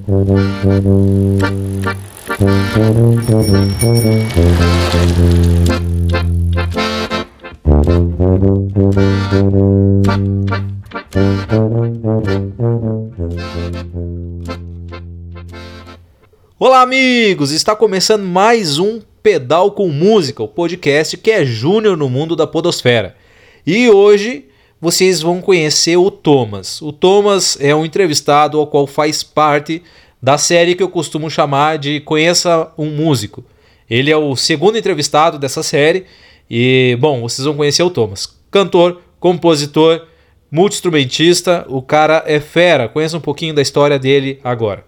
Olá, amigos! Está começando mais um Pedal com Música, o podcast que é júnior no mundo da podosfera. E hoje vocês vão conhecer o Thomas. O Thomas é um entrevistado ao qual faz parte da série que eu costumo chamar de Conheça um Músico. Ele é o segundo entrevistado dessa série e, bom, vocês vão conhecer o Thomas. Cantor, compositor, multi-instrumentista, o cara é fera. Conheça um pouquinho da história dele agora.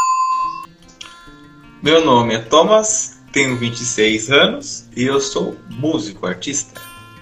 Meu nome é Thomas, tenho 26 anos e eu sou músico, artista.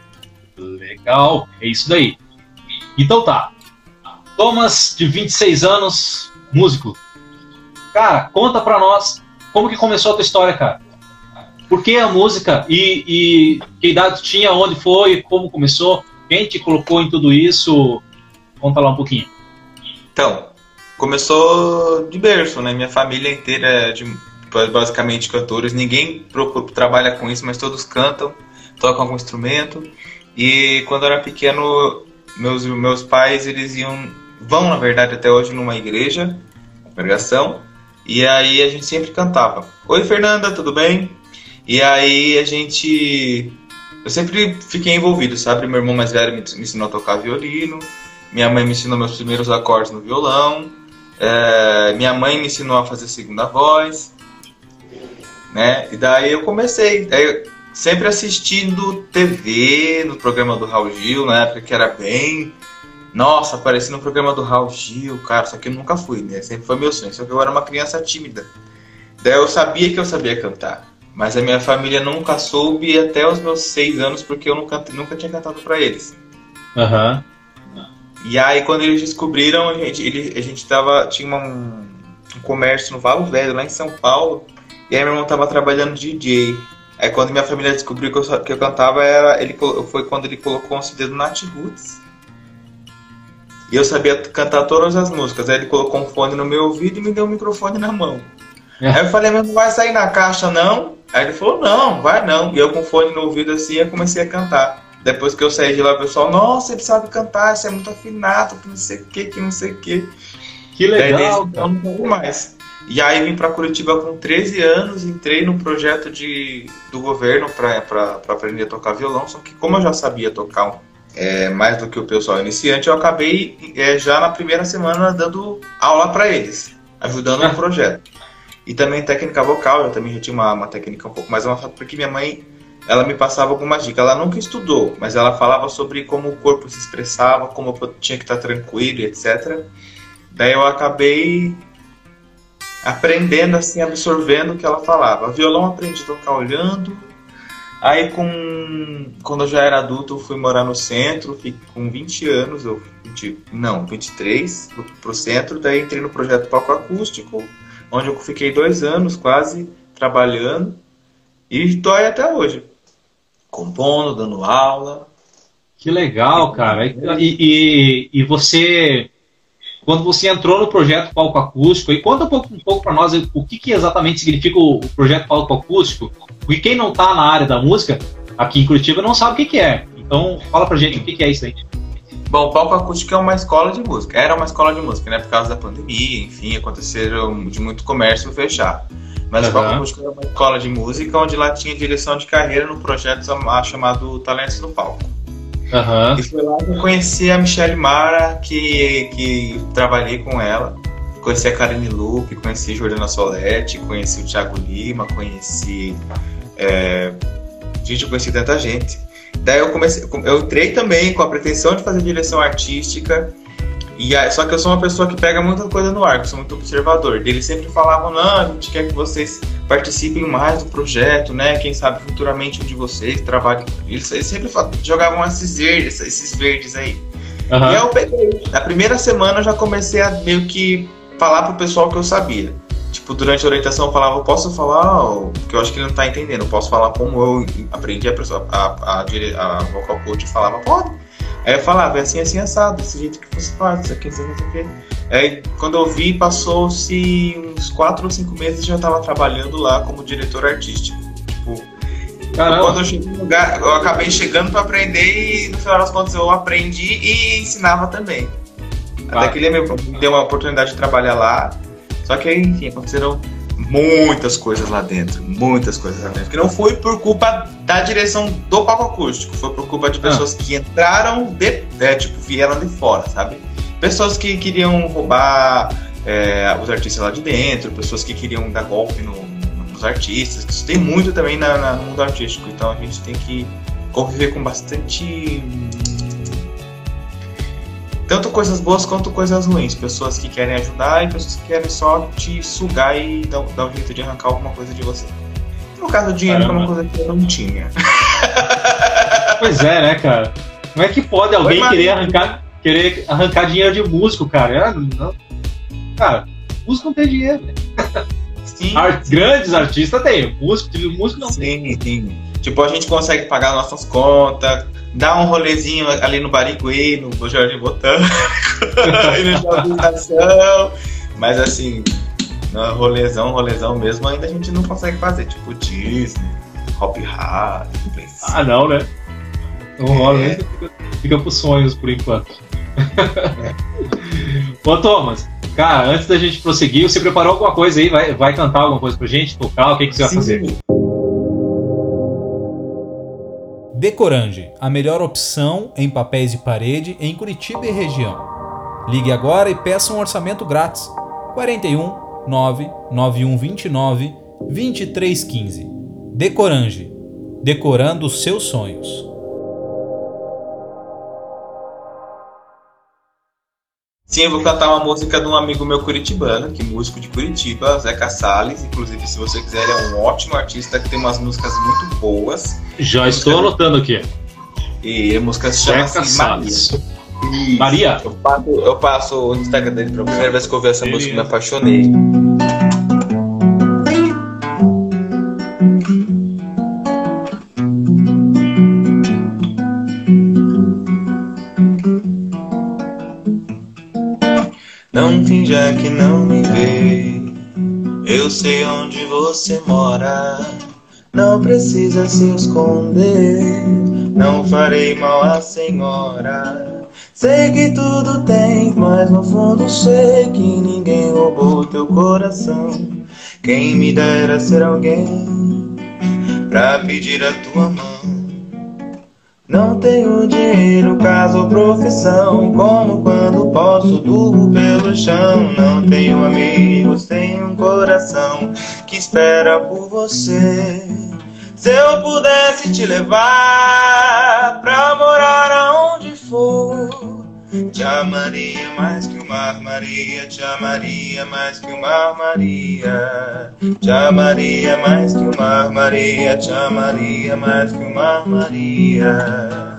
Legal, é isso daí. Então tá, Thomas, de 26 anos, músico. Cara, conta pra nós como que começou a tua história, cara. Por que a música e que idade tu tinha, onde foi, como começou, quem te colocou em tudo isso? Conta lá um pouquinho. Então, começou de berço, né? Minha família inteira é de basicamente cantores, ninguém trabalha com isso, mas todos cantam, tocam algum instrumento. E quando eu era pequeno, meus pais, eles vão na verdade até hoje numa igreja, congregação, e aí a gente sempre cantava. Oi, Fernanda, tudo bem? E aí eu sempre fiquei envolvido, sabe? Meu irmão mais velho me ensinou a tocar violino, minha mãe me ensinou meus primeiros acordes no violão, minha mãe me ensinou a fazer segunda voz, né? E daí eu comecei, sempre assistindo TV, no programa do Raul Gil, na época que era bem... Nossa, apareci no programa do Raul Gil, cara, só que eu nunca fui, né? Sempre foi meu sonho, só que eu era uma criança tímida. Daí eu sabia que eu sabia cantar, mas a minha família nunca soube até os meus 6 anos, porque eu nunca tinha cantado pra eles. Aham. E aí quando eles descobriram, a gente tinha um comércio no Valo Velho, lá em São Paulo, e aí meu irmão tava trabalhando de DJ. Aí quando minha família descobriu que eu cantava, foi quando ele colocou um CD do Nat Roots. E eu sabia cantar todas as músicas. Aí ele colocou um fone no meu ouvido e me deu um microfone na mão. Aí eu falei, mas não vai sair na caixa não? Aí ele falou, não, vai não. E eu com o fone no ouvido assim, eu comecei a cantar. Depois que eu saí de lá, o pessoal, nossa, ele sabe cantar, isso é muito afinado, que não sei o que. Que legal, daí, não vou mais. E aí vim para Curitiba com 13 anos, entrei no projeto do governo para aprender a tocar violão, só que como eu já sabia tocar mais do que o pessoal iniciante, eu acabei já na primeira semana dando aula para eles, ajudando no projeto. E também técnica vocal, eu também já tinha uma técnica um pouco mais avançada, porque minha mãe, ela me passava algumas dicas, ela nunca estudou, mas ela falava sobre como o corpo se expressava, como eu tinha que estar tranquilo, etc. Daí eu acabei aprendendo, assim, absorvendo o que ela falava. Violão aprendi a tocar olhando. Aí quando eu já era adulto, eu fui morar no centro, fiquei com 20 anos, 23, fui pro centro, daí entrei no projeto Palco Acústico, onde eu fiquei 2 anos quase trabalhando, e estou aí até hoje, compondo, dando aula. Que legal, cara. E você... Quando você entrou no projeto Palco Acústico, e conta um pouco para nós o que exatamente significa o projeto Palco Acústico, porque quem não está na área da música, aqui em Curitiba, não sabe o que é. Então, fala pra gente o que é isso aí. Bom, o Palco Acústico é uma escola de música. Era uma escola de música, né? Por causa da pandemia, enfim, aconteceram de muito comércio fechar. Mas o Palco Acústico era uma escola de música, onde lá tinha direção de carreira no projeto chamado Talentos no Palco. E foi lá que eu conheci a Michelle Mara, que trabalhei com ela. Conheci a Karine Lupe, conheci a Jordana Solete, conheci o Thiago Lima, conheci tanta gente. Daí eu entrei também com a pretensão de fazer direção artística, só que eu sou uma pessoa que pega muita coisa no ar, que sou muito observador. Eles sempre falavam, não, a gente quer que vocês participem mais do projeto, né? Quem sabe futuramente um de vocês trabalhe. Eles sempre jogavam esses verdes aí. E aí eu peguei. Na primeira semana eu já comecei a meio que falar pro pessoal que eu sabia. Tipo, durante a orientação eu falava, eu posso falar, que eu acho que ele não tá entendendo, eu posso falar como eu aprendi, a vocal coach falava, pode. Aí eu falava, é assim, assim, assado, desse jeito que você faz, isso aqui, isso aqui, isso aqui. Aí quando eu vi, passou-se uns 4 ou 5 meses e já estava trabalhando lá como diretor artístico. Tipo, quando eu cheguei no lugar, eu acabei chegando para aprender e no final das contas eu aprendi e ensinava também. Até que ele me deu uma oportunidade de trabalhar lá, só que aí, enfim, aconteceram muitas coisas lá dentro, que não foi por culpa da direção do palco acústico, foi por culpa de pessoas que entraram, vieram de fora, sabe? Pessoas que queriam roubar os artistas lá de dentro, pessoas que queriam dar golpe nos artistas, isso tem muito também no mundo artístico, então a gente tem que conviver com bastante... tanto coisas boas quanto coisas ruins. Pessoas que querem ajudar e pessoas que querem só te sugar e dar um jeito de arrancar alguma coisa de você. No caso, o dinheiro é uma coisa que eu não tinha. Pois é, né, cara? Como é que pode alguém querer arrancar dinheiro de músico, cara? Não. Cara, músico não tem dinheiro. Sim. Grandes artistas têm, músico não tem. Sim. Tipo, a gente consegue pagar nossas contas, dar um rolezinho ali no Barigüi, no Jardim Botânico, e no Jardim Estação. Mas assim, rolezão mesmo, ainda a gente não consegue fazer. Tipo Disney, Hop Hari, não, né? Não rola, né? Fica pros sonhos por enquanto. Ô, Thomas, cara, antes da gente prosseguir, você preparou alguma coisa aí? Vai cantar alguma coisa pra gente? Tocar? O que você vai fazer? Decorange, a melhor opção em papéis de parede em Curitiba e região. Ligue agora e peça um orçamento grátis. 41 99129 2315. Decorange, decorando os seus sonhos. Sim, eu vou cantar uma música de um amigo meu curitibano, que é músico de Curitiba, Zeca Salles. Inclusive, se você quiser, ele é um ótimo artista que tem umas músicas muito boas. Já estou anotando aqui. E a música se chama Maria? Eu passo o Instagram dele pra primeira vez que eu ouvi essa música, me apaixonei. Não finja que não me vê, eu sei onde você mora. Não precisa se esconder, não farei mal à senhora. Sei que tudo tem, mas no fundo sei que ninguém roubou teu coração. Quem me dera ser alguém pra pedir a tua mão. Não tenho dinheiro, casa ou profissão, como quando posso durmo pelo chão. Não tenho amigos, tenho um coração que espera por você. Se eu pudesse te levar pra morar aonde for, te amaria mais que o mar, Maria. Te amaria mais que o mar, Maria. Te amaria mais que o mar, Maria. Te amaria mais que o mar, Maria.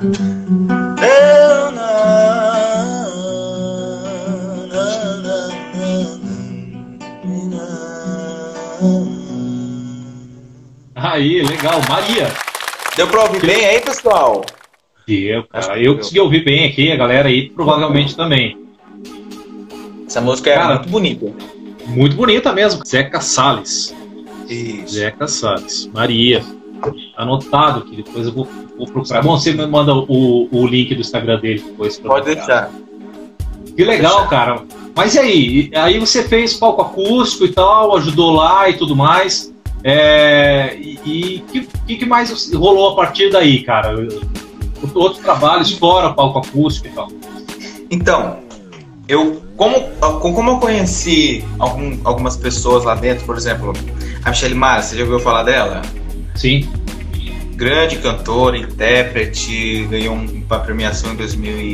Aí, legal, Maria. Deu pra ouvir bem aí, pessoal? Deu, cara. Eu consegui ouvir bem aqui, a galera aí provavelmente também. Essa música é muito bonita. Muito bonita mesmo. Zeca Salles. Isso. Zeca Salles. Maria. Anotado aqui, depois eu vou procurar. Bom, você me manda o link do Instagram dele depois. Pode deixar. Que legal, cara. Mas e aí? Aí você fez palco acústico e tal, ajudou lá e tudo mais. E que mais rolou a partir daí, cara? Outros trabalhos fora palco acústico e tal. Então, como eu conheci algumas pessoas lá dentro, por exemplo, a Michelle Mara, você já ouviu falar dela? Sim. Grande cantora, intérprete, ganhou uma premiação em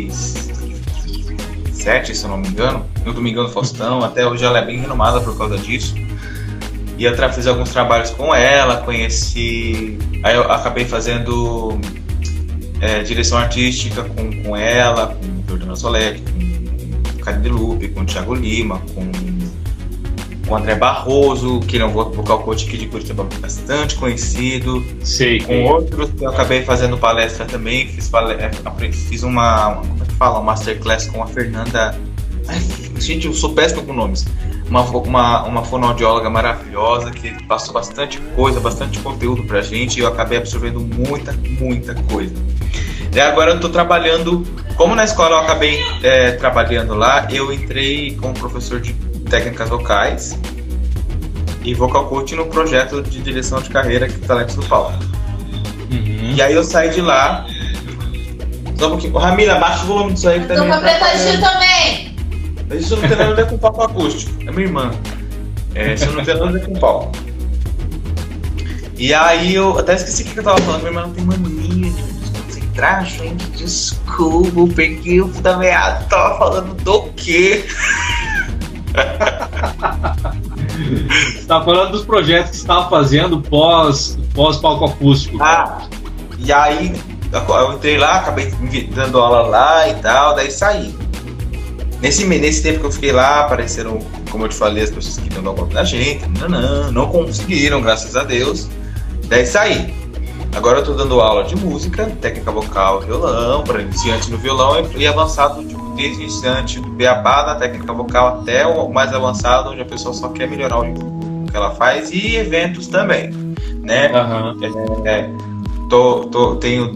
2007, se eu não me engano, no Domingão do Faustão. Até hoje ela é bem renomada por causa disso. E eu fiz alguns trabalhos com ela, conheci... Aí eu acabei fazendo direção artística com ela, com o Jordana Solek, com o Karine Lupe, com o Thiago Lima, com o André Barroso, que é um vocal coach aqui de Curitiba bastante conhecido. Sei. Com outros que eu acabei fazendo palestra também, fiz uma masterclass com a Fernanda. Ai, gente, eu sou péssimo com nomes. Uma fonoaudióloga maravilhosa que passou bastante coisa, bastante conteúdo pra gente, e eu acabei absorvendo muita coisa. E agora eu estou trabalhando, como na escola eu acabei trabalhando lá, eu entrei como professor de técnicas vocais e vocal coach no projeto de direção de carreira que Talentos do Palco. Uhum. E aí eu saí de lá. Só um pouquinho. Ramila, baixa o volume disso aí que tá Tô me com apetite também. Isso não tem nada a ver com palco acústico. É minha irmã. Isso não tem nada a ver com palco. E aí eu até esqueci o que eu tava falando. Minha irmã não tem mania de desconcentrar, gente. Desculpa, eu peguei o fio da meada. Tava falando do quê? Você tava falando dos projetos que você estava fazendo pós-palco acústico. E aí eu entrei lá, acabei dando aula lá e tal, daí saí. Nesse tempo que eu fiquei lá, apareceram, como eu te falei, as pessoas que queriam dar conta da gente, não conseguiram, graças a Deus. Daí saí. Agora eu tô dando aula de música, técnica vocal, violão, para iniciante no violão e avançado, desde iniciante do beabá da técnica vocal até o mais avançado, onde a pessoa só quer melhorar o que ela faz, e eventos também, né? Uhum. Tenho...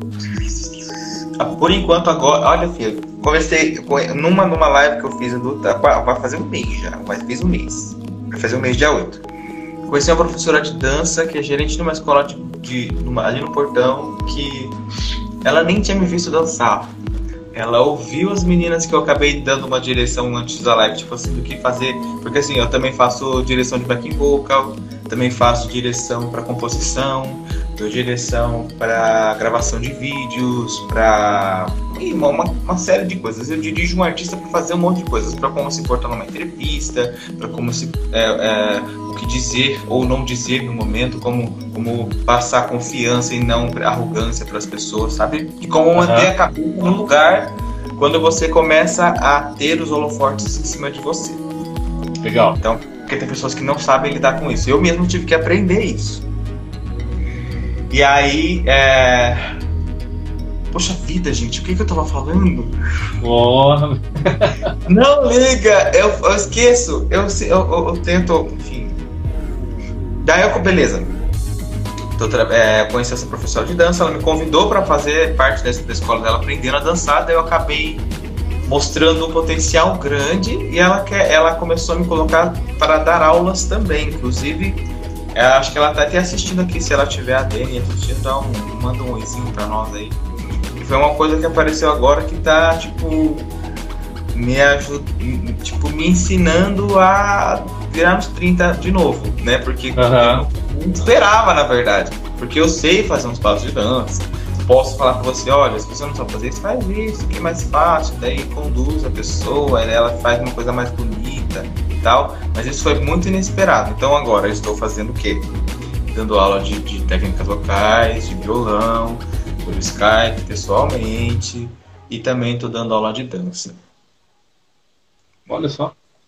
Por enquanto agora, olha, filho, conversei numa live que eu fiz vai fazer um mês já, vai fazer um mês dia 8. Conheci uma professora de dança que é gerente de uma escola ali no Portão, que ela nem tinha me visto dançar. Ela ouviu as meninas que eu acabei dando uma direção antes da live, tipo assim, do que fazer, porque assim, eu também faço direção de backing vocal, também faço direção para composição, dou direção para gravação de vídeos, para uma série de coisas. Eu dirijo um artista para fazer um monte de coisas, para como se portar numa entrevista, para como o que dizer ou não dizer no momento, como passar confiança e não arrogância para as pessoas, sabe? E como manter a cabeça no lugar quando você começa a ter os holofotes em cima de você. Legal. Então, porque tem pessoas que não sabem lidar com isso. Eu mesmo tive que aprender isso. E aí, poxa vida, gente, o que eu tava falando? Oh. Não liga, eu esqueço, eu tento, enfim. Daí beleza. Conheci essa professora de dança, ela me convidou para fazer parte da escola dela, aprendendo a dançar, daí eu acabei mostrando um potencial grande e ela começou a me colocar para dar aulas também, inclusive. Acho que ela tá até assistindo aqui, se ela tiver a Dani assistindo, manda um oizinho pra nós aí. E foi uma coisa que apareceu agora que tá, me ensinando a virar nos 30 de novo, né? Porque eu não esperava, na verdade. Porque eu sei fazer uns passos de dança. Posso falar pra você, olha, se você não sabe fazer isso, faz isso, que é mais fácil. Daí conduz a pessoa, ela faz uma coisa mais bonita e tal. Mas isso foi muito inesperado. Então agora eu estou fazendo o quê? Dando aula de técnicas vocais, de violão, por Skype, pessoalmente. E também estou dando aula de dança. Olha só.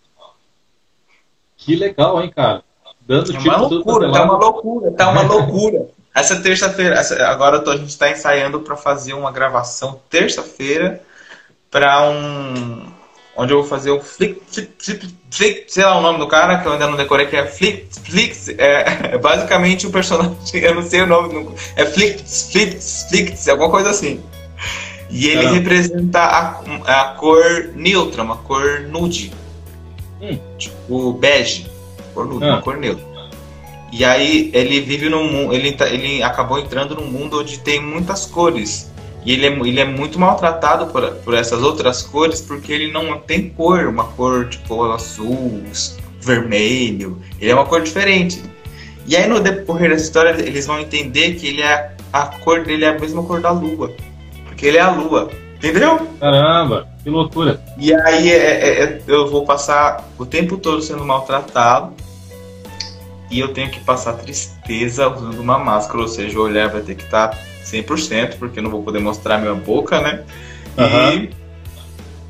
Que legal, hein, cara? Dando uma loucura, tá uma loucura. Essa terça-feira, agora a gente está ensaiando para fazer uma gravação terça-feira para onde eu vou fazer o Flix, sei lá o nome do cara, que eu ainda não decorei, que é Flix, basicamente o personagem, eu não sei o nome, é Flix, alguma coisa assim. E ele representa a cor neutra, uma cor nude, tipo bege, cor nude, uma cor neutra. E aí ele vive num mundo, ele acabou entrando num mundo onde tem muitas cores. E ele é muito maltratado por essas outras cores, porque ele não tem cor, uma cor tipo azul, vermelho. Ele é uma cor diferente. E aí no decorrer dessa história eles vão entender que a cor dele é a mesma cor da lua. Porque ele é a lua. Entendeu? Caramba, que loucura. E aí eu vou passar o tempo todo sendo maltratado. E eu tenho que passar tristeza usando uma máscara, ou seja, o olhar vai ter que estar 100%, porque eu não vou poder mostrar minha boca, né?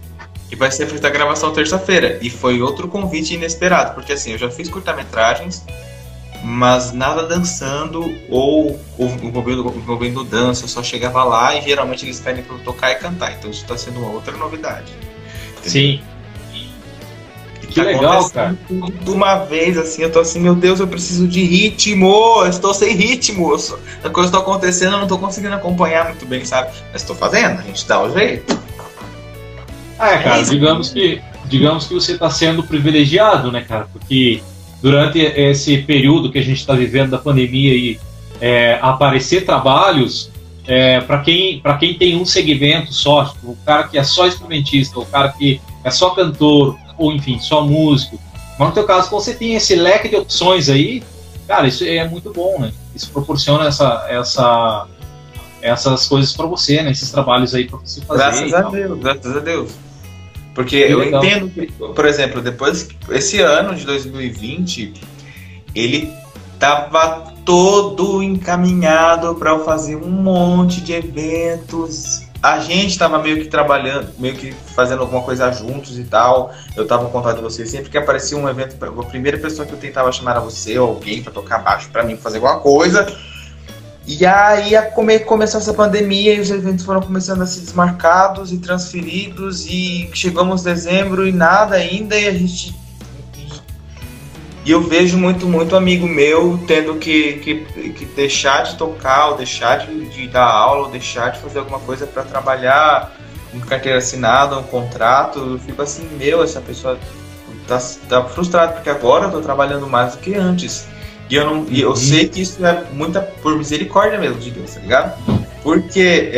E vai ser feita a gravação terça-feira. E foi outro convite inesperado, porque assim, eu já fiz curta-metragens, mas nada dançando ou envolvendo dança. Eu só chegava lá e geralmente eles pedem pra eu tocar e cantar. Então isso tá sendo uma outra novidade. Entendeu? Sim. Que legal, cara. De uma vez, assim, eu tô assim, meu Deus, eu preciso de ritmo, eu estou sem ritmo, a coisa está acontecendo, eu não tô conseguindo acompanhar muito bem, sabe? Mas tô fazendo, a gente dá o jeito. Cara, digamos que você está sendo privilegiado, né, cara? Porque durante esse período que a gente está vivendo da pandemia e aparecer trabalhos para quem tem um segmento só, tipo, o cara que é só instrumentista, o cara que é só cantor, ou enfim, só músico. Mas no teu caso, você tem esse leque de opções aí, cara, isso é muito bom, né? Isso proporciona essas coisas para você, né? Esses trabalhos aí para você fazer. Graças a Deus. Porque eu entendo que, por exemplo, depois, esse ano de 2020, ele tava todo encaminhado para eu fazer um monte de eventos. A gente tava meio que trabalhando, meio que fazendo alguma coisa juntos e tal. Eu tava com contato de vocês. Sempre que aparecia um evento, a primeira pessoa que eu tentava chamar era você ou alguém para tocar baixo para mim, fazer alguma coisa. E aí começou essa pandemia e os eventos foram começando a ser desmarcados e transferidos. E chegamos em dezembro e nada ainda. E eu vejo muito amigo meu tendo que deixar de tocar, ou deixar de dar aula, ou deixar de fazer alguma coisa para trabalhar com carteira assinada, um contrato. Eu fico assim, essa pessoa tá frustrada, porque agora eu tô trabalhando mais do que antes. E eu sei que isso é muita por misericórdia mesmo de Deus, tá ligado? Porque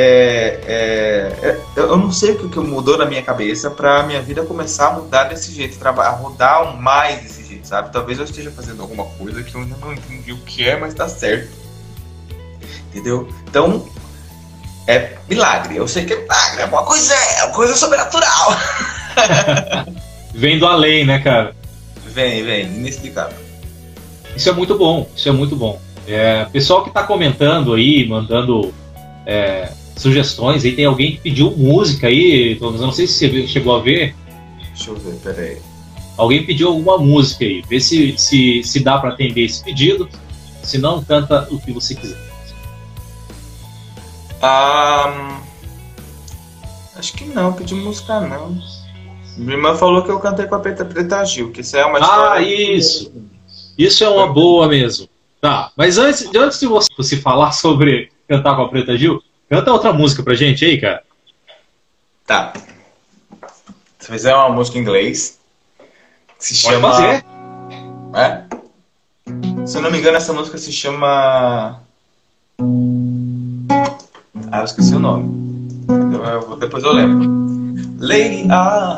eu não sei o que mudou na minha cabeça pra minha vida começar a mudar desse jeito, a rodar mais desse jeito, sabe? Talvez eu esteja fazendo alguma coisa que eu ainda não entendi o que é, mas tá certo. Entendeu? Então, é milagre. Eu sei que é milagre, é uma coisa sobrenatural. Vem do além, né, cara? Vem, inexplicável. Isso é muito bom, pessoal que tá comentando aí, mandando sugestões, aí tem alguém que pediu música aí, eu não sei se você chegou a ver. Deixa eu ver, peraí. Alguém pediu alguma música aí, vê se dá pra atender esse pedido, se não, canta o que você quiser. Acho que não, pedi música não. Minha irmã falou que eu cantei com a Preta Gil, que isso é uma história... Isso é uma boa mesmo. Tá, mas antes de você falar sobre cantar com a Preta Gil, canta outra música pra gente aí, cara. Tá. Se fizer uma música em inglês, que se Pode chama... fazer. Se eu não me engano, essa música se chama... eu esqueci o nome. Depois eu lembro. Lady,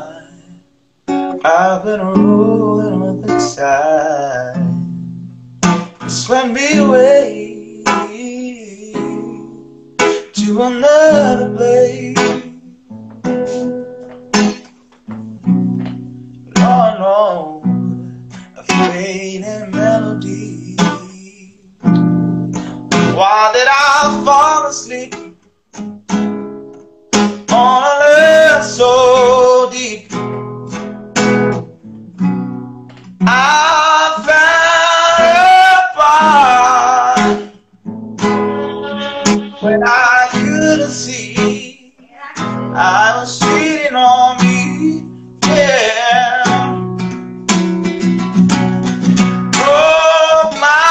I've been rolling on the side. Swept me away to another place. No, a fading melody. Why did I fall asleep on a love so deep? I found a part when I couldn't see. I was cheating on me, yeah. Broke my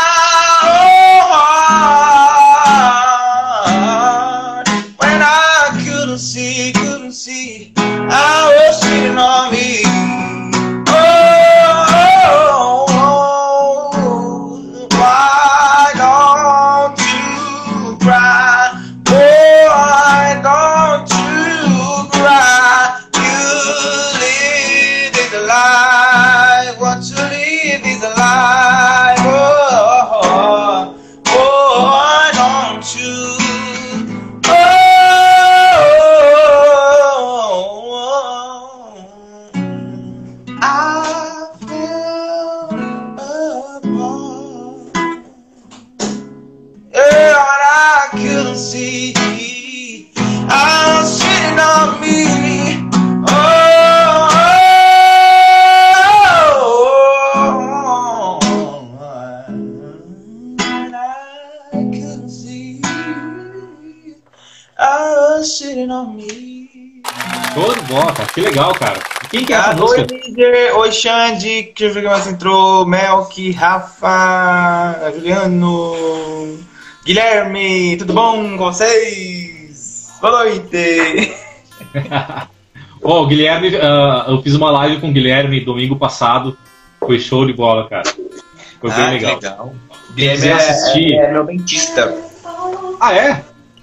heart when I couldn't see. I was cheating on me. Oh, Que legal, cara. Quem que é essa Oi, música? líder. Oi, Xande. Que o mais entrou. Melk, Rafa, Juliano, Guilherme. Tudo bom com vocês? Boa noite. Ó, o Guilherme, eu fiz uma live com o Guilherme domingo passado. Foi show de bola, cara. Foi bem legal. Que legal. Quem quiser assistir... é meu dentista. Ah, é?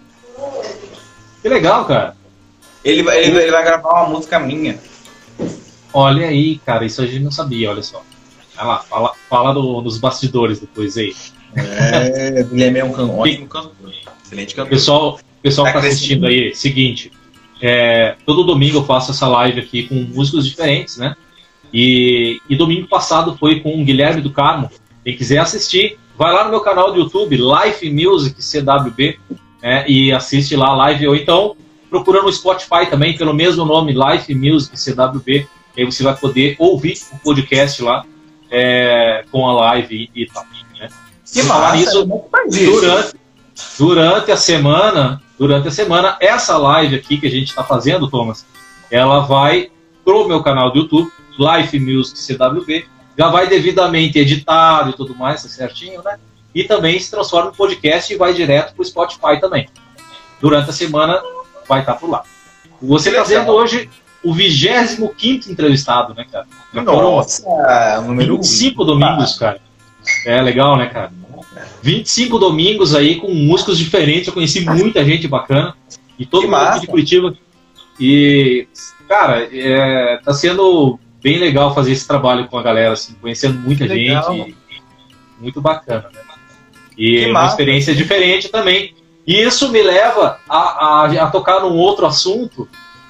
Que legal, cara. Ele vai gravar uma música minha. Olha aí, cara, isso a gente não sabia, olha só. Vai lá, fala dos bastidores depois aí. O Guilherme é um ótimo cantor. Excelente cantor. Pessoal que tá crescendo. assistindo aí, seguinte. Todo domingo eu faço essa live aqui com músicos diferentes, né? E domingo passado foi com o Guilherme do Carmo. Quem quiser assistir, vai lá no meu canal do YouTube, Life Music CWB, e assiste lá a live. Ou então, procura no Spotify também, pelo mesmo nome, Life Music CWB. Aí você vai poder ouvir o podcast lá com a live e tal. Né? Que massa, isso, durante a semana, essa live aqui que a gente está fazendo, Thomas, ela vai pro meu canal do YouTube, Life Music CWB, já vai devidamente editado e tudo mais, certinho, né? E também se transforma em podcast e vai direto pro Spotify também. Durante a semana vai estar por lá. Você está fazendo hoje o 25º entrevistado, né, cara? Nossa, número 25 domingos, cara. É legal, né, cara? 25 domingos aí com músicos diferentes. Eu conheci muita gente bacana. E todo mundo aqui de Curitiba. E, cara, tá sendo bem legal fazer esse trabalho com a galera, assim, conhecendo muita gente. Muito bacana, né? E uma experiência diferente também. E isso me leva a tocar num outro assunto,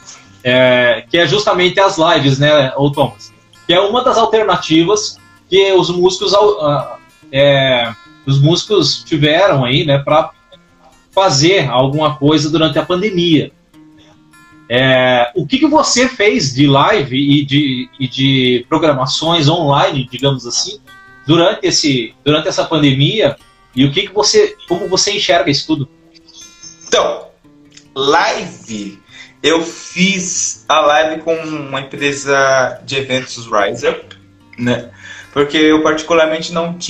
que é justamente as lives, né, ô Thomas? Que é uma das alternativas que os músicos tiveram aí, né, para fazer alguma coisa durante a pandemia. O que você fez de live e de programações online, digamos assim, durante essa pandemia, e como você enxerga isso tudo? Então, live, eu fiz a live com uma empresa de eventos Rise Up, né? Porque eu particularmente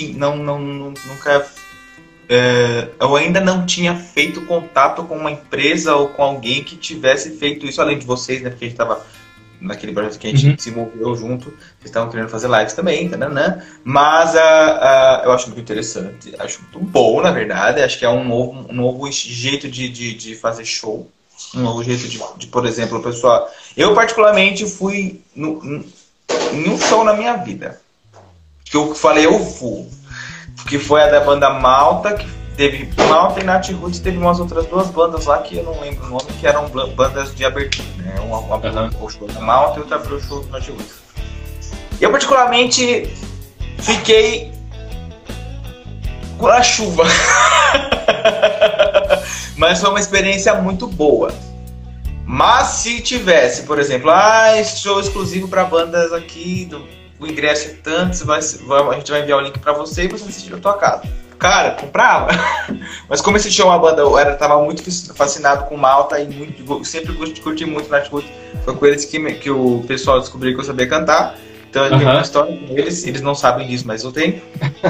eu ainda não tinha feito contato com uma empresa ou com alguém que tivesse feito isso, além de vocês, né? Porque a gente estava naquele projeto que a gente se envolveu junto, vocês estavam querendo fazer lives também, mas eu acho muito interessante, acho muito bom, na verdade, acho que é um novo jeito de fazer show, um novo jeito de, por exemplo, pessoal, eu particularmente fui em um show na minha vida, que eu falei eu vou, que foi a da banda Malta, que teve Malta e Nat Roots, teve umas outras duas bandas lá que eu não lembro o nome, que eram bandas de abertura, né? Uma o show da Malta e outra abriu o show do Nat Roots. Eu particularmente fiquei com a chuva, mas foi uma experiência muito boa. Mas se tivesse, por exemplo, esse show exclusivo para bandas aqui, o ingresso é tanto, a gente vai enviar o link para você e você assistir na tua casa. Cara, comprava. Mas como esse show, a banda, eu tava muito fascinado com Malta e sempre curti muito Nat Roots. Foi com eles que o pessoal descobriu que eu sabia cantar. Então eu tenho uma história com eles não sabem disso, mas eu tenho.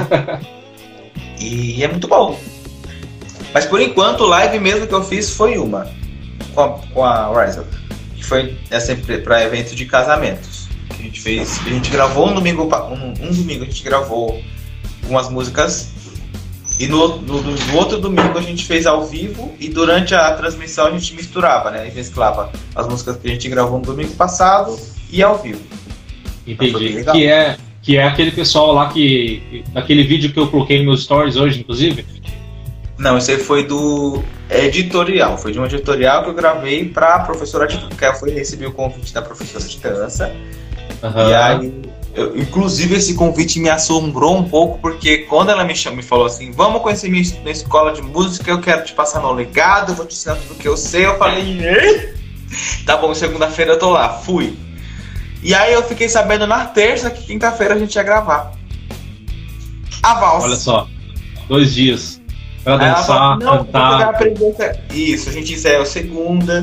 E é muito bom. Mas por enquanto, live mesmo que eu fiz foi uma com a Rise Up, que foi para eventos de casamentos. Que a gente fez, a gente gravou um domingo a gente gravou algumas músicas. E no outro domingo a gente fez ao vivo e durante a transmissão a gente misturava, né? A gente mesclava as músicas que a gente gravou no domingo passado e ao vivo. Entendi. Que é aquele pessoal lá naquele vídeo que eu coloquei nos meus stories hoje, inclusive? Não, esse aí foi do editorial. Foi de um editorial que eu gravei pra professora de dança. Eu recebi o convite da professora de dança. E aí... inclusive esse convite me assombrou um pouco, porque quando ela me falou assim, vamos conhecer minha escola de música, eu quero te passar meu legado, eu vou te ensinar tudo que eu sei, eu falei, tá bom, segunda-feira eu tô lá, fui. E aí eu fiquei sabendo na terça que quinta-feira a gente ia gravar a valsa. Olha só, 2 dias pra dançar, cantar. Isso, a gente ensaiou segunda,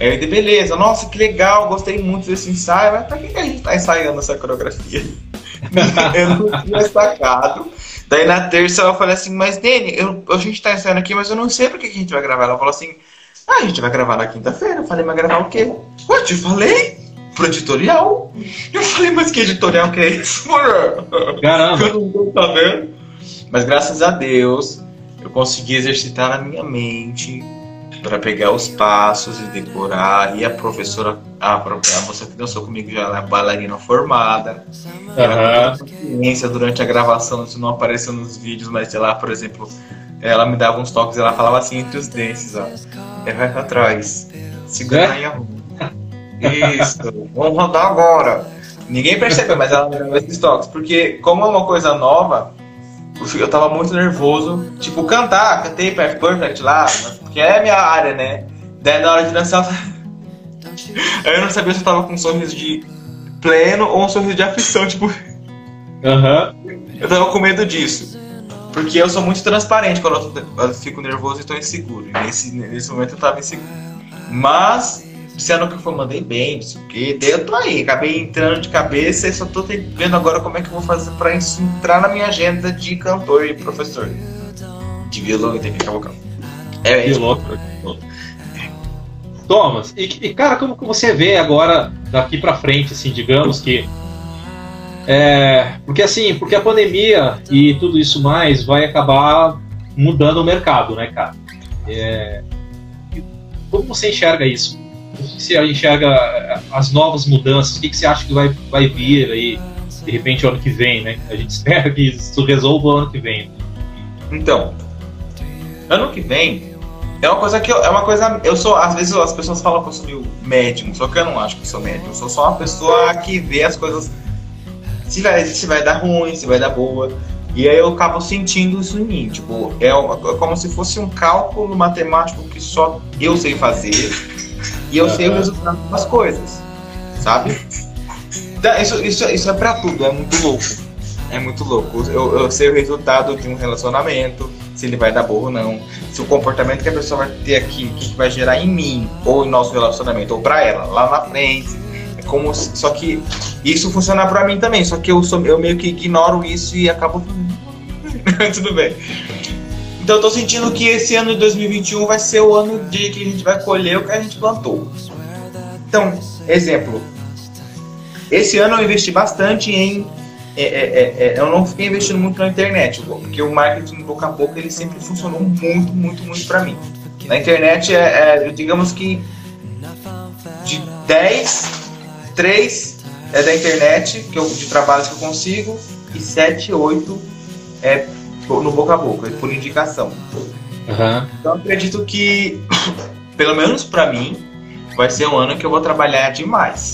Aí eu beleza, nossa, que legal, gostei muito desse ensaio, mas pra que a gente tá ensaiando essa coreografia? Eu não tinha sacado. Daí na terça eu falei assim, mas Dani, a gente tá ensaiando aqui, mas eu não sei pra que a gente vai gravar. Ela falou assim, a gente vai gravar na quinta-feira. Eu falei, mas gravar o quê? Eu te falei, pro editorial. Eu falei, mas que editorial que é isso, mano? Caramba. Eu não tô sabendo. Mas graças a Deus, eu consegui exercitar na minha mente para pegar os passos e decorar. E a professora, a moça que dançou comigo já é bailarina formada. Ela teve experiência durante a gravação, isso não apareceu nos vídeos, mas sei lá, por exemplo, ela me dava uns toques e ela falava assim entre os dentes, ó. Vai pra trás, segura aí a rua. Isso, vamos rodar agora. Ninguém percebeu, mas ela me dava esses toques, porque como é uma coisa nova, eu tava muito nervoso. Tipo, cantei Perfect lá, porque é a minha área, né? Daí na hora de dançar, eu não sabia se eu tava com um sorriso de pleno ou um sorriso de aflição, tipo. Eu tava com medo disso. Porque eu sou muito transparente quando eu fico nervoso e tô inseguro. E nesse momento eu tava inseguro. Mas, disseram que eu mandei bem, não sei o quê. Daí eu tô aí, acabei entrando de cabeça e só tô vendo agora como é que eu vou fazer pra isso entrar na minha agenda de cantor e professor. De violão e técnica vocal. É que louco. Thomas, e cara, como que você vê agora, daqui pra frente, assim, digamos que... Porque a pandemia e tudo isso mais vai acabar mudando o mercado, né, cara? Como você enxerga isso? Como você enxerga as novas mudanças? O que você acha que vai vir aí, de repente, o ano que vem, né? A gente espera que isso resolva o ano que vem. Então, ano que vem é uma coisa que eu sou, às vezes as pessoas falam que eu sou meio médium, só que eu não acho que sou médium, eu sou só uma pessoa que vê as coisas, se vai dar ruim, se vai dar boa, e aí eu acabo sentindo isso em mim, tipo, é como se fosse um cálculo matemático que só eu sei fazer, e eu sei o resultado das coisas, sabe? Então, isso é pra tudo, é muito louco. É muito louco. Eu sei o resultado de um relacionamento, se ele vai dar boa ou não, se o comportamento que a pessoa vai ter aqui, o que vai gerar em mim, ou em nosso relacionamento, ou pra ela, lá na frente. Só que isso funciona pra mim também, só que eu meio que ignoro isso e acabo... Tudo bem. Então eu tô sentindo que esse ano de 2021 vai ser o ano de que a gente vai colher o que a gente plantou. Então, exemplo. Esse ano eu investi bastante em... eu não fiquei investindo muito na internet, porque o marketing boca a boca ele sempre funcionou muito, muito, muito pra mim. Na internet, digamos que de 10, 3 é da internet, de trabalhos que eu consigo, e 7, 8 é no boca a boca, por indicação. Então eu acredito que, pelo menos pra mim, vai ser um ano que eu vou trabalhar demais.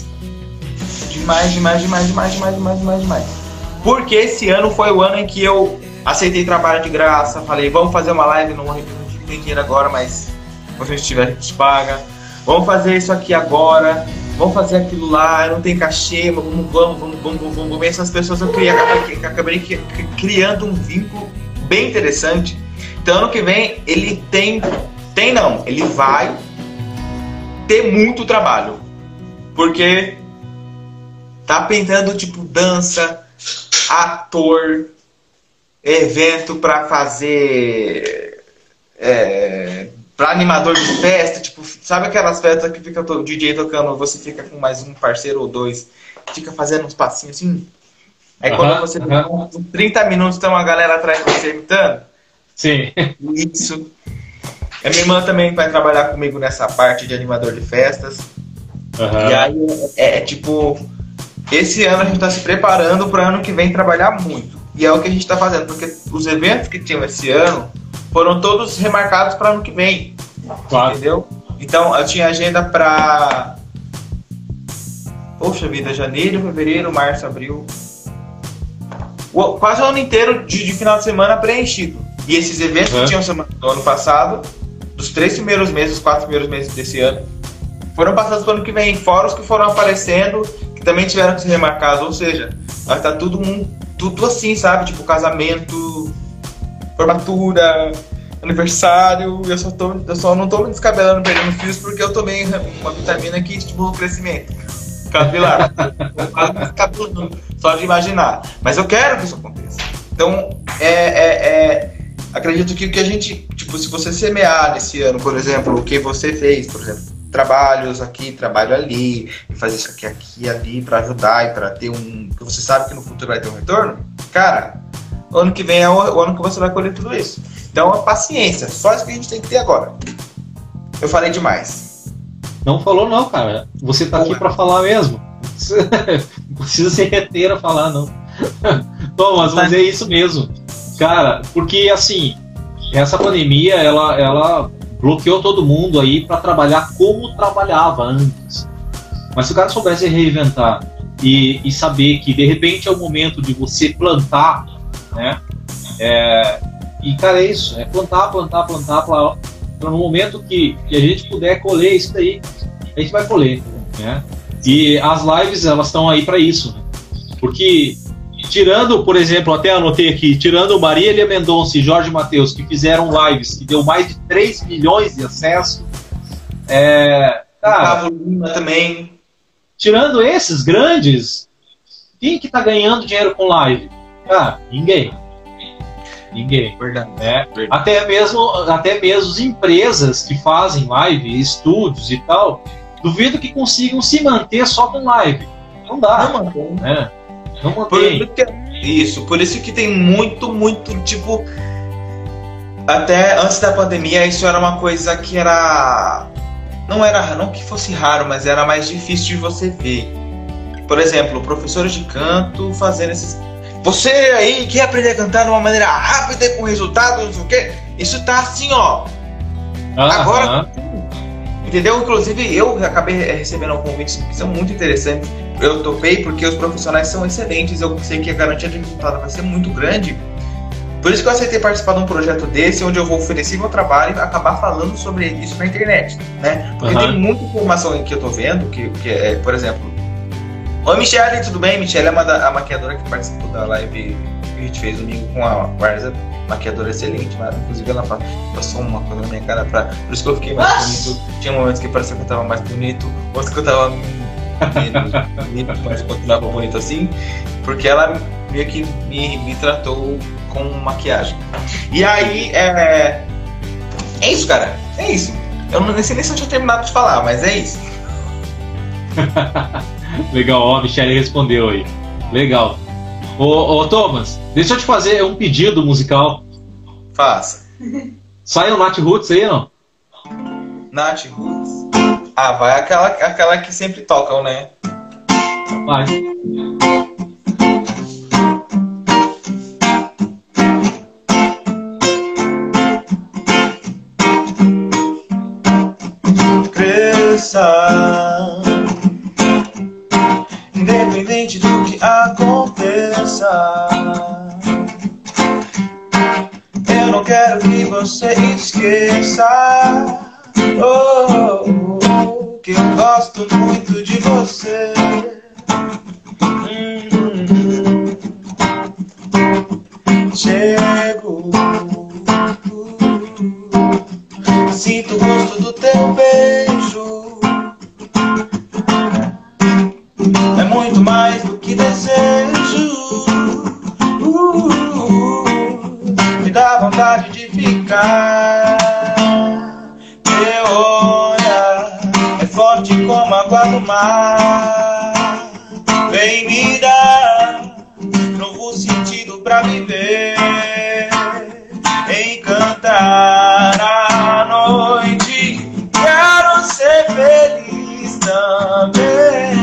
Demais. Porque esse ano foi o ano em que eu aceitei trabalho de graça, falei, vamos fazer uma live, não tem dinheiro agora, mas quando a gente tiver, a gente paga. Vamos fazer isso aqui agora, vamos fazer aquilo lá, não tem cachê, mas vamos. Essas pessoas eu acabei criando um vínculo bem interessante. Então ano que vem ele ele vai ter muito trabalho. Porque tá pintando tipo dança, ator, evento pra fazer pra animador de festa, tipo, sabe aquelas festas que fica o DJ tocando, você fica com mais um parceiro ou dois, fica fazendo uns passinhos assim. Aí quando você com 30 minutos tem uma galera atrás de você imitando. Sim. Isso. A minha irmã também vai trabalhar comigo nessa parte de animador de festas. E aí tipo, esse ano a gente está se preparando para ano que vem trabalhar muito. E é o que a gente está fazendo, porque os eventos que tinham esse ano foram todos remarcados para ano que vem. Claro. Entendeu? Então eu tinha agenda para... Poxa vida, janeiro, fevereiro, março, abril... Quase o ano inteiro de final de semana preenchido. E esses eventos que tinham semana do ano passado, dos 3 primeiros meses, os 4 primeiros meses desse ano, foram passados para o ano que vem. Fora os que foram aparecendo, que também tiveram que ser remarcados. Ou seja, vai estar tudo assim, sabe? Tipo casamento, formatura, aniversário, eu só não tô me descabelando, perdendo fios, porque eu tomei uma vitamina que estimula o crescimento capilar. Eu quase me descabelando, só de imaginar. Mas eu quero que isso aconteça. Então, acredito que o que a gente, tipo, se você semear nesse ano, por exemplo, o que você fez, por exemplo, trabalhos aqui, trabalho ali, e fazer isso aqui e ali pra ajudar e pra ter que você sabe que no futuro vai ter um retorno, cara, o ano que vem é o ano que você vai colher tudo isso. Então, paciência, só isso que a gente tem que ter agora. Eu falei demais. Não falou não, cara. Você tá aqui pra falar mesmo. Não precisa ser reter a falar, não. Thomas, mas é isso mesmo. Cara, porque assim, essa pandemia, ela bloqueou todo mundo aí para trabalhar como trabalhava antes. Mas se o cara soubesse reinventar e saber que de repente é o momento de você plantar, né? E cara, é isso, é plantar para no momento que a gente puder colher isso daí, a gente vai colher, né? E as lives, elas estão aí para isso, né? Porque tirando, por exemplo, até anotei aqui, tirando Marília Mendonça e Jorge Mateus, que fizeram lives que deu mais de 3 milhões de acessos, Gustavo Lima também. Tirando esses grandes, quem que tá ganhando dinheiro com live? Cara, ninguém. Verdade. Verdade. Até mesmo empresas que fazem live, estúdios e tal, duvido que consigam se manter só com live. Não dá. Não mantém. Né? Não mantém. Por isso que tem muito, tipo, até antes da pandemia isso era uma coisa que não que fosse raro, mas era mais difícil de você ver. Por exemplo, professores de canto fazendo esses... Você aí quer aprender a cantar de uma maneira rápida e com resultado, não sei o quê? Isso tá assim, ó. Agora, entendeu? Inclusive, eu acabei recebendo convites que são muito interessantes. Eu topei porque os profissionais são excelentes. Eu sei que a garantia de resultado vai ser muito grande. Por isso que eu aceitei participar de um projeto desse, onde eu vou oferecer meu trabalho e acabar falando sobre isso na internet, né? Porque tem muita informação aí que eu tô vendo, que é, por exemplo... Oi, Michelle, tudo bem? Michelle é a maquiadora que participou da live que a gente fez domingo com a Warza, maquiadora excelente, mas inclusive ela passou uma coisa na minha cara por isso que eu fiquei mais bonito. Tinha momentos que parecia que eu tava mais bonito, outros que eu tava menos bonito, mas continuava bonito assim, porque ela meio que me tratou com maquiagem. E aí, é isso, cara, é isso. Eu não sei nem se eu tinha terminado de falar, mas é isso. Legal, ó, a Michelle respondeu aí. Legal. Ô Thomas, deixa eu te fazer um pedido musical. Faça. Sai o Nat Roots aí, não? Nat Roots. Ah, vai aquela que sempre tocam, né? Vai. Cresça, independente do que aconteça. Eu não quero que você esqueça que eu gosto muito de você. Chego, sinto o gosto do teu beijo. É muito mais do que desejo. Me dá vontade de ficar. Teu olhar é forte como a água do mar. Vem me dar novo sentido pra viver. Encantar a noite. Quero ser feliz também.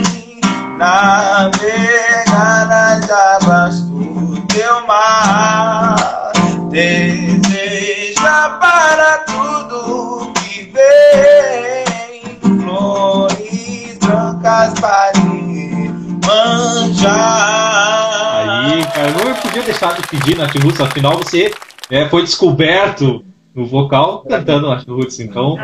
Navegar nas águas do teu mar. Deseja para tudo que vem. Flores brancas para manjar. Aí, cara, eu não podia deixar de pedir Nat Roots, afinal você foi descoberto no vocal cantando Nat Roots, então...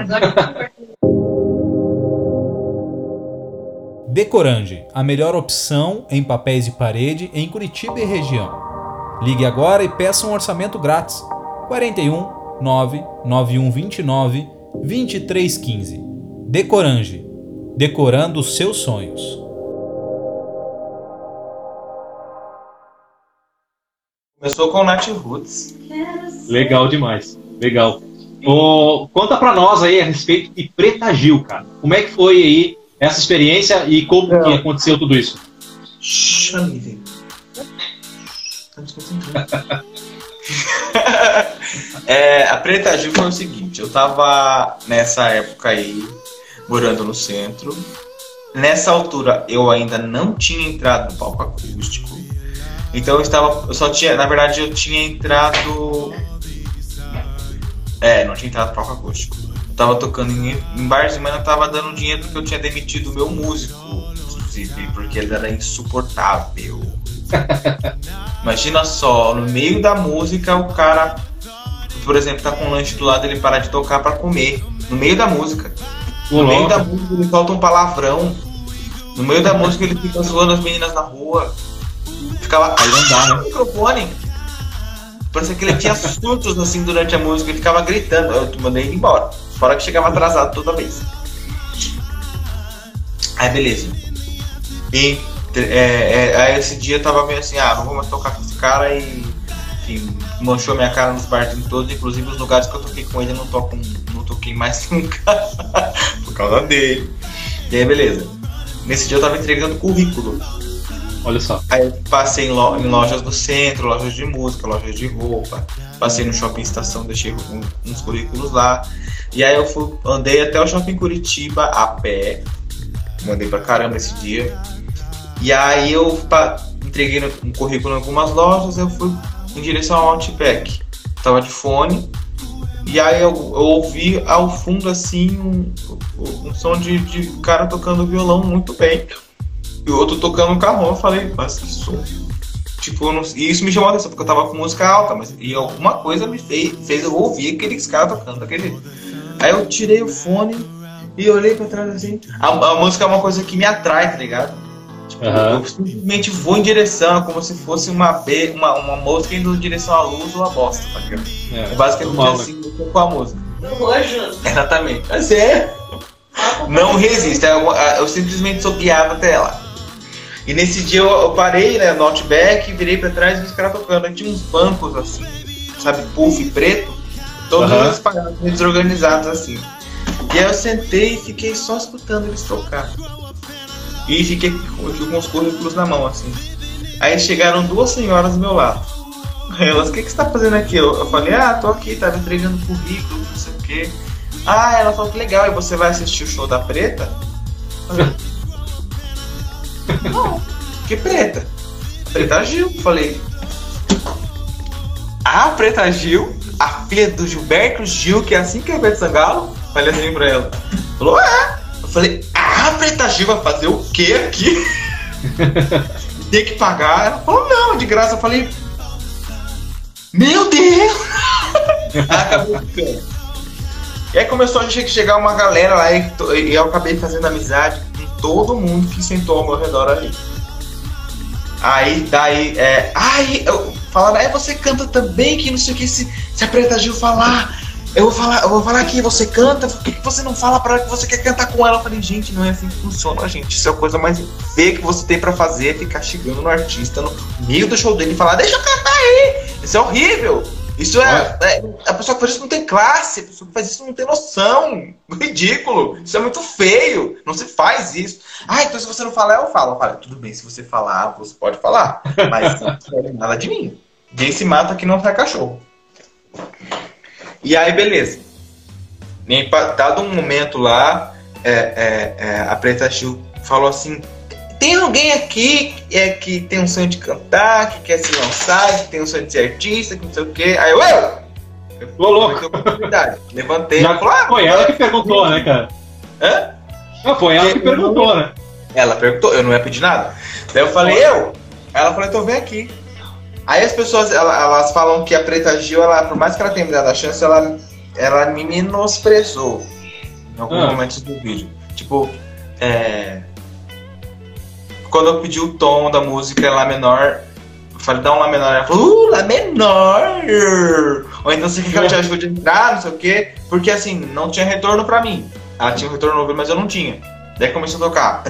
Decorange, a melhor opção em papéis de parede em Curitiba e região. Ligue agora e peça um orçamento grátis. 41 99129 2315. Decorange, decorando os seus sonhos. Começou com o Nat Roots. Legal demais. Legal. Conta pra nós aí a respeito de Preta Gil, cara. Como é que foi aí essa experiência e como que aconteceu tudo isso? A Preta Gil foi o seguinte, eu tava nessa época aí, morando no centro. Nessa altura eu ainda não tinha entrado no palco acústico. Então eu tinha entrado. Não tinha entrado no palco acústico. Eu tava tocando em barzinho, mas não tava dando dinheiro porque eu tinha demitido o meu músico, inclusive, porque ele era insuportável. Imagina só, no meio da música o cara, por exemplo, tá com um lanche do lado, ele para de tocar pra comer. No meio da música. No meio da música ele solta um palavrão. No meio da música ele fica zoando as meninas na rua. Ficava aí não dá, né? Microfone. Parecia que ele tinha surtos assim durante a música, ele ficava gritando. Eu mandei ele embora. Fora que chegava atrasado toda vez. Aí beleza. E aí esse dia eu tava meio assim, não vou mais tocar com esse cara e enfim, manchou minha cara nos barzinhos todos, inclusive os lugares que eu toquei com ele eu não toquei mais nunca por causa dele. E aí beleza. Nesse dia eu tava entregando currículo. Olha só. Aí eu passei em lojas do centro, lojas de música, lojas de roupa. Passei no Shopping Estação, deixei uns currículos lá. E aí eu andei até o Shopping Curitiba a pé. Mandei pra caramba esse dia. E aí eu entreguei um currículo em algumas lojas, eu fui em direção ao Outback. Tava de fone. E aí eu ouvi ao fundo assim um som de cara tocando violão muito bem. E o outro tocando um carro, eu falei, mas que som. Tipo, e isso me chamou a atenção, porque eu tava com música alta, e alguma coisa me fez eu ouvir aqueles caras tocando daquele jeito. Aí eu tirei o fone e olhei pra trás assim. A música é uma coisa que me atrai, tá ligado? Tipo, eu simplesmente vou em direção, é como se fosse uma música indo em direção à luz ou à bosta, tá ligado? Basicamente assim, com a música. Exatamente. Mas não resisto, eu simplesmente sou guiado até ela. E nesse dia eu parei, né, no Outback, virei pra trás e vi os caras tocando. Aí tinha uns bancos assim, sabe, puff preto, todos espalhados, desorganizados assim. E aí eu sentei e fiquei só escutando eles tocar. E fiquei com os currículos na mão assim. Aí chegaram duas senhoras do meu lado. Elas, o que você tá fazendo aqui? Eu falei, tô aqui, tava entregando currículo, não sei o quê. Ela falou que legal, e você vai assistir o show da Preta? Não, que Preta? Preta Gil. Falei, Preta Gil? A filha do Gilberto Gil, que é assim que é Bete Sangalo? Falei assim pra ela. Falou, Eu falei, Preta Gil vai fazer o quê aqui? Tem que pagar? Ela falou, não, de graça. Eu falei, meu Deus! Acabou ficando. E aí começou a chegar uma galera lá e eu acabei fazendo amizade com todo mundo que sentou ao meu redor ali. Aí falaram, você canta também, que não sei o que, se a Preta Gil falar, eu vou falar aqui, você canta, por que você não fala pra ela que você quer cantar com ela? Eu falei, gente, não é assim que funciona, gente. Isso é a coisa mais feia que você tem pra fazer, é ficar chegando no artista no meio do show dele e falar, deixa eu cantar aí, isso é horrível. Isso a pessoa que faz isso não tem classe, a pessoa que faz isso não tem noção. Ridículo. Isso é muito feio. Não se faz isso. Então se você não falar, eu falo. Eu falo, tudo bem, se você falar, você pode falar. Mas não quer nada de mim. Quem se mata aqui não sai cachorro. E aí, beleza. Dado um momento lá, a Preta Gil falou assim, tem alguém aqui que tem um sonho de cantar, que quer se lançar, que tem um sonho de ser artista, que não sei o quê. Aí eu tô louco. Levantei. Foi ela que perguntou, né, cara? Foi ela que perguntou, né? Ela perguntou, eu não ia pedir nada. Daí eu falei, Ela falou, então vem aqui. Aí as pessoas, elas falam que a Preta Gil, por mais que ela tenha me dado a chance, ela me menosprezou em alguns momentos do vídeo. Tipo, quando eu pedi o tom da música em Lá menor, falei, dá um Lá menor. Ela falou, Lá menor! Ou então você quer que eu te ajude a entrar, não sei o quê. Porque assim, não tinha retorno pra mim. Ela tinha um retorno no ouvido, mas eu não tinha. Daí começou a tocar.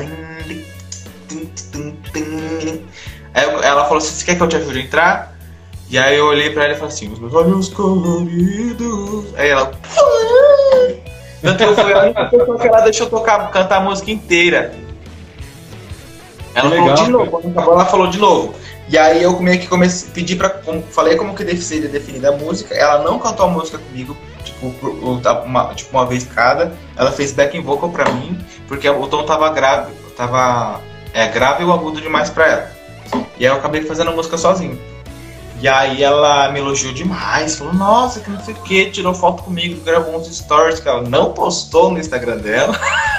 Aí ela falou assim, você quer que eu te ajude a entrar? E aí eu olhei pra ela e falei assim, os meus olhos coloridos. Aí ela... Tanto que eu fui a única pessoa que ela deixou cantar a música inteira. Ela falou de novo, quando acabou ela falou de novo. E aí eu meio que pedi pra... Falei como que seria definida a música. Ela não cantou a música comigo, tipo uma vez cada. Ela fez backing vocal pra mim, porque o tom tava grave. Grave ou agudo demais pra ela. E aí eu acabei fazendo a música sozinho. E aí ela me elogiou demais, falou, nossa, que não sei o que, tirou foto comigo, gravou uns stories que ela não postou no Instagram dela.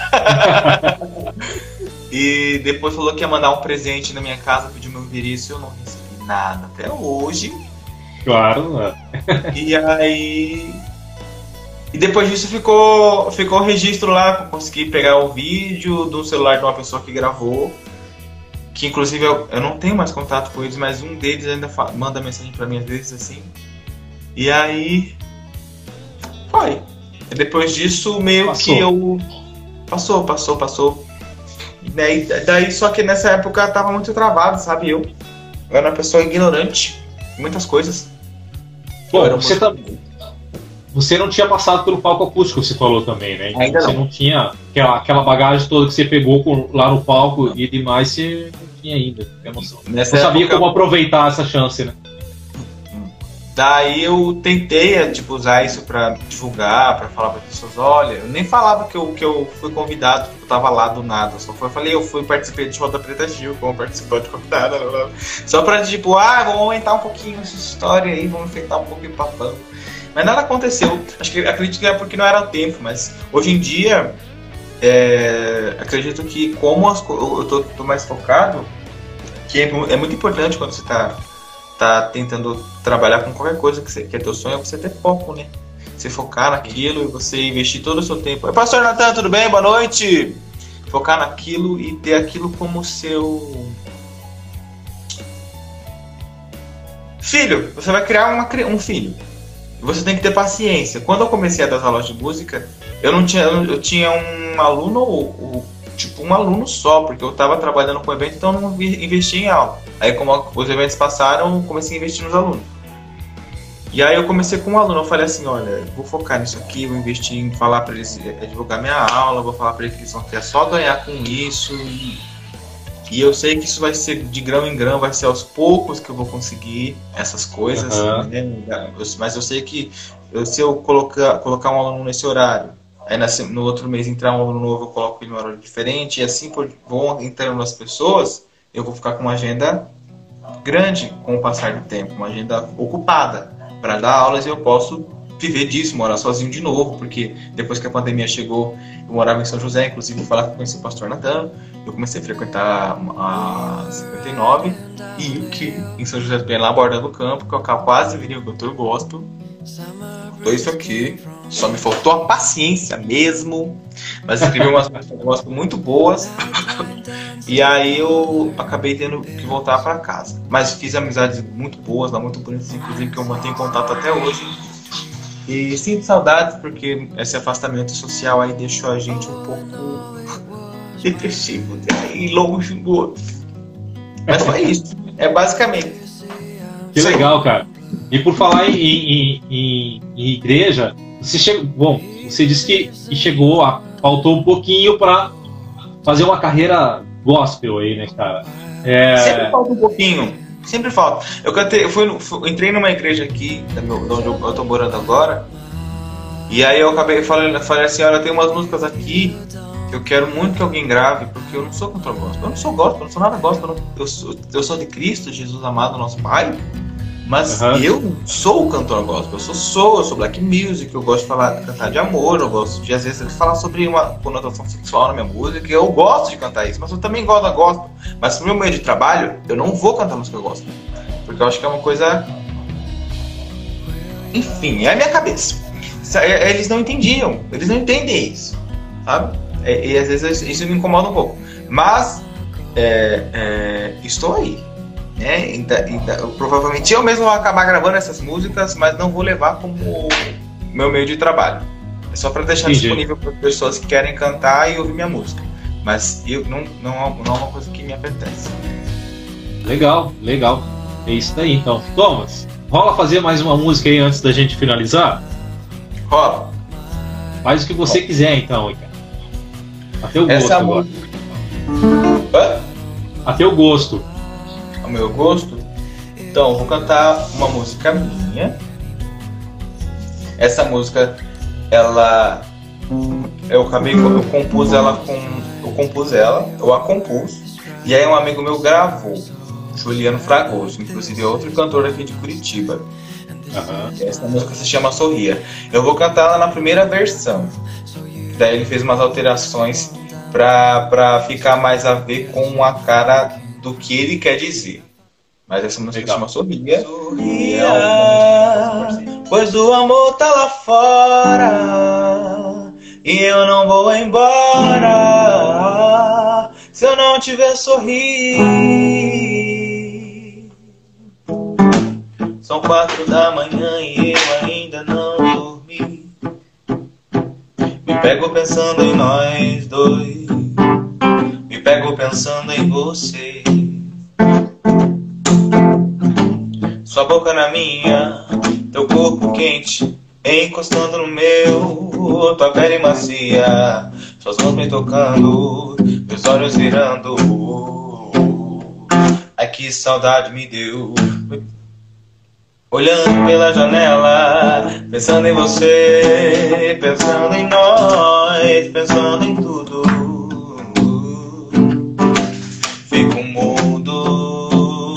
E depois falou que ia mandar um presente na minha casa, pediu meu endereço, eu não recebi nada até hoje. Claro, E aí... E depois disso ficou o registro lá, consegui pegar o vídeo do celular de uma pessoa que gravou. Que inclusive eu não tenho mais contato com eles, mas um deles ainda manda mensagem pra mim às vezes assim. E aí... Foi. E depois disso meio que eu... Passou. E daí só que nessa época eu tava muito travado, sabe? Eu era uma pessoa ignorante em muitas coisas. Bom, você não tinha passado pelo palco acústico, você falou também, né? Ainda você não tinha aquela bagagem toda que você pegou lá no palco e demais, você não tinha ainda. Eu não sabia como aproveitar essa chance, né? Daí eu tentei usar isso pra divulgar, pra falar para pessoas, olha, eu nem falava que eu fui convidado, que eu tava lá do nada, eu participei de Roda Preta Gil, como participante convidado, só pra vamos aumentar um pouquinho essa história aí, vamos enfeitar um pouquinho o papão. Mas nada aconteceu, acredito que é porque não era o tempo, mas hoje em dia, acredito que como eu tô mais focado, que é muito importante quando você tá tentando trabalhar com qualquer coisa que é teu sonho, é você ter foco, né? Você focar naquilo e você investir todo o seu tempo. Oi, Pastor Natan, tudo bem? Boa noite! Focar naquilo e ter aquilo como seu... Filho, você vai criar um filho. Você tem que ter paciência. Quando eu comecei a dar aulas de música, eu tinha um aluno, um aluno só, porque eu estava trabalhando com evento, então eu não investi em aula. Aí como os eventos passaram, eu comecei a investir nos alunos. E aí eu comecei com um aluno, eu falei assim, olha, vou focar nisso aqui, vou investir em falar para eles, divulgar minha aula, vou falar para eles que eles vão ter só ganhar com isso. E eu sei que isso vai ser de grão em grão, vai ser aos poucos que eu vou conseguir essas coisas, né? Mas eu sei que se eu colocar um aluno nesse horário, aí no outro mês entrar um aluno novo, eu coloco ele em um horário diferente, e assim vão entrando as pessoas, eu vou ficar com uma agenda grande com o passar do tempo, uma agenda ocupada para dar aulas, e eu posso viver disso, morar sozinho de novo, porque depois que a pandemia chegou, eu morava em São José, inclusive foi lá que eu conheci o Pastor Natan, eu comecei a frequentar a 59, e o que em São José bem lá abordando o campo, que eu quase virei um cantor gospel. Então isso aqui, só me faltou a paciência mesmo, mas escrevi umas músicas muito boas, e aí eu acabei tendo que voltar para casa. Mas fiz amizades muito boas lá, muito bonitas, inclusive que eu mantenho contato até hoje. E sinto saudades porque esse afastamento social aí deixou a gente um pouco depressivo, aí longe do outro. Mas foi isso, basicamente. Que legal, cara. E por falar em igreja, você disse que faltou um pouquinho para fazer uma carreira gospel aí, né, cara? Sempre falta um pouquinho. Sempre falta. Entrei numa igreja aqui, onde eu tô morando agora, e aí eu falei assim, olha, eu tenho umas músicas aqui que eu quero muito que alguém grave, porque eu não sou cantor gospel, eu não sou gospel, eu não sou nada gospel, eu sou de Cristo, Jesus amado, nosso Pai, mas eu não sou o cantor gospel, eu sou black music, eu gosto de cantar de amor, eu gosto de às vezes falar sobre uma conotação sexual na minha música, eu gosto de cantar isso, mas eu também gosto da gospel, mas no meu meio de trabalho eu não vou cantar música gospel, porque eu acho que é uma coisa, enfim, é a minha cabeça. Eles não entendiam, eles não entendem isso, sabe? E às vezes isso me incomoda um pouco, mas estou aí. Provavelmente eu mesmo vou acabar gravando essas músicas, mas não vou levar como meu meio de trabalho. É só para deixar disponível para pessoas que querem cantar e ouvir minha música. Mas eu não é uma coisa que me apetece. Legal. É isso daí então. Thomas, rola fazer mais uma música aí antes da gente finalizar? Rola. Faz o que você quiser então, cara. A teu gosto essa agora. A teu gosto. O meu gosto? Então, eu vou cantar uma música minha. Essa música, eu a compus, e aí um amigo meu gravou, Juliano Fragoso, inclusive é outro cantor aqui de Curitiba. Essa música se chama Sorria. Eu vou cantar ela na primeira versão. Daí ele fez umas alterações pra ficar mais a ver com a cara do que ele quer dizer. Mas essa música se chama Sorria. Sorria, pois o amor tá lá fora e eu não vou embora se eu não tiver sorrir. São 4 da manhã e eu ainda não dormi. Me pego pensando em nós dois, me pego pensando em você. Sua boca na minha, teu corpo quente encostando no meu, tua pele macia, suas mãos me tocando, meus olhos virando. Ai, que saudade me deu. Olhando pela janela, pensando em você, pensando em nós, pensando em tudo. Fico mudo.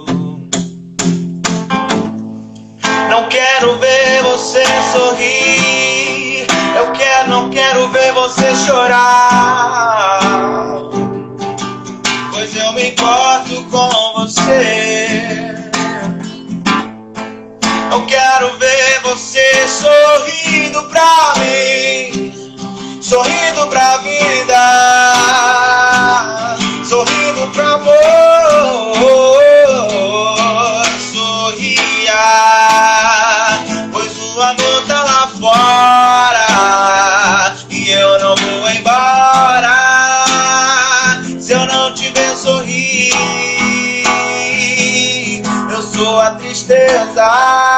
Não quero ver você sorrir. Não quero ver você chorar. Pois eu me importo com você. Não quero ver você sorrindo pra mim, sorrindo pra vida, sorrindo pro amor. Sorria, pois o amor tá lá fora e eu não vou embora se eu não tiver sorrir. Eu sou a tristeza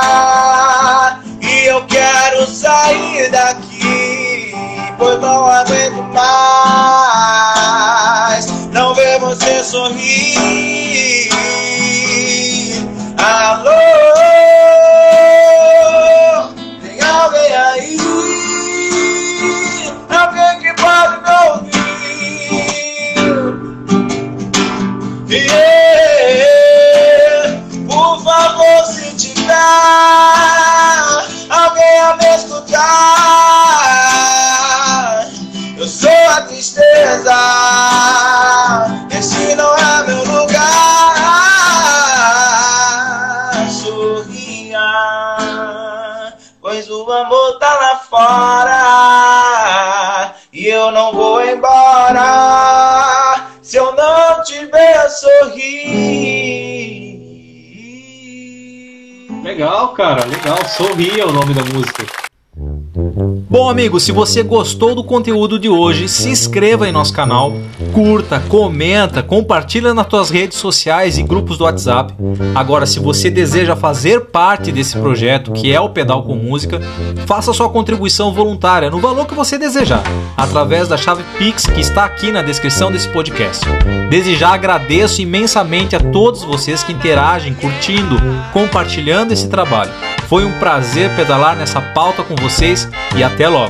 e eu quero sair daqui, pois não aguento mais não ver você sorrir. Alô, tem alguém aí? Alguém que pode me ouvir? Por favor, se tiver alguém a me escutar, eu sou a tristeza, esse não é meu lugar. Sorria, pois o amor tá lá fora e eu não vou embora se eu não tiver sorrir. Legal, cara, legal. Sorria é o nome da música. Bom, amigo, se você gostou do conteúdo de hoje, se inscreva em nosso canal, curta, comenta, compartilha nas tuas redes sociais e grupos do WhatsApp. Agora, se você deseja fazer parte desse projeto, que é o Pedal com Música, faça sua contribuição voluntária no valor que você desejar, através da chave Pix que está aqui na descrição desse podcast. Desde já agradeço imensamente a todos vocês que interagem, curtindo, compartilhando esse trabalho. Foi um prazer pedalar nessa pauta com vocês e até logo!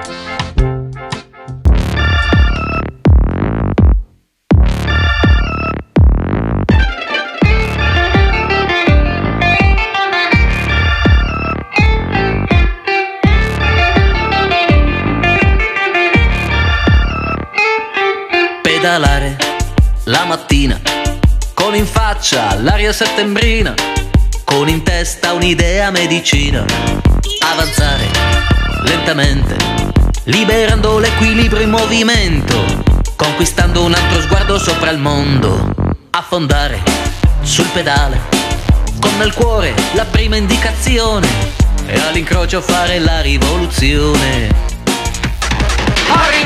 Pedalare la mattina, con in faccia l'aria settembrina, con in testa un'idea medicina. Avanzare lentamente, liberando l'equilibrio in movimento, conquistando un altro sguardo sopra il mondo. Affondare sul pedale, con nel cuore la prima indicazione e all'incrocio fare la rivoluzione.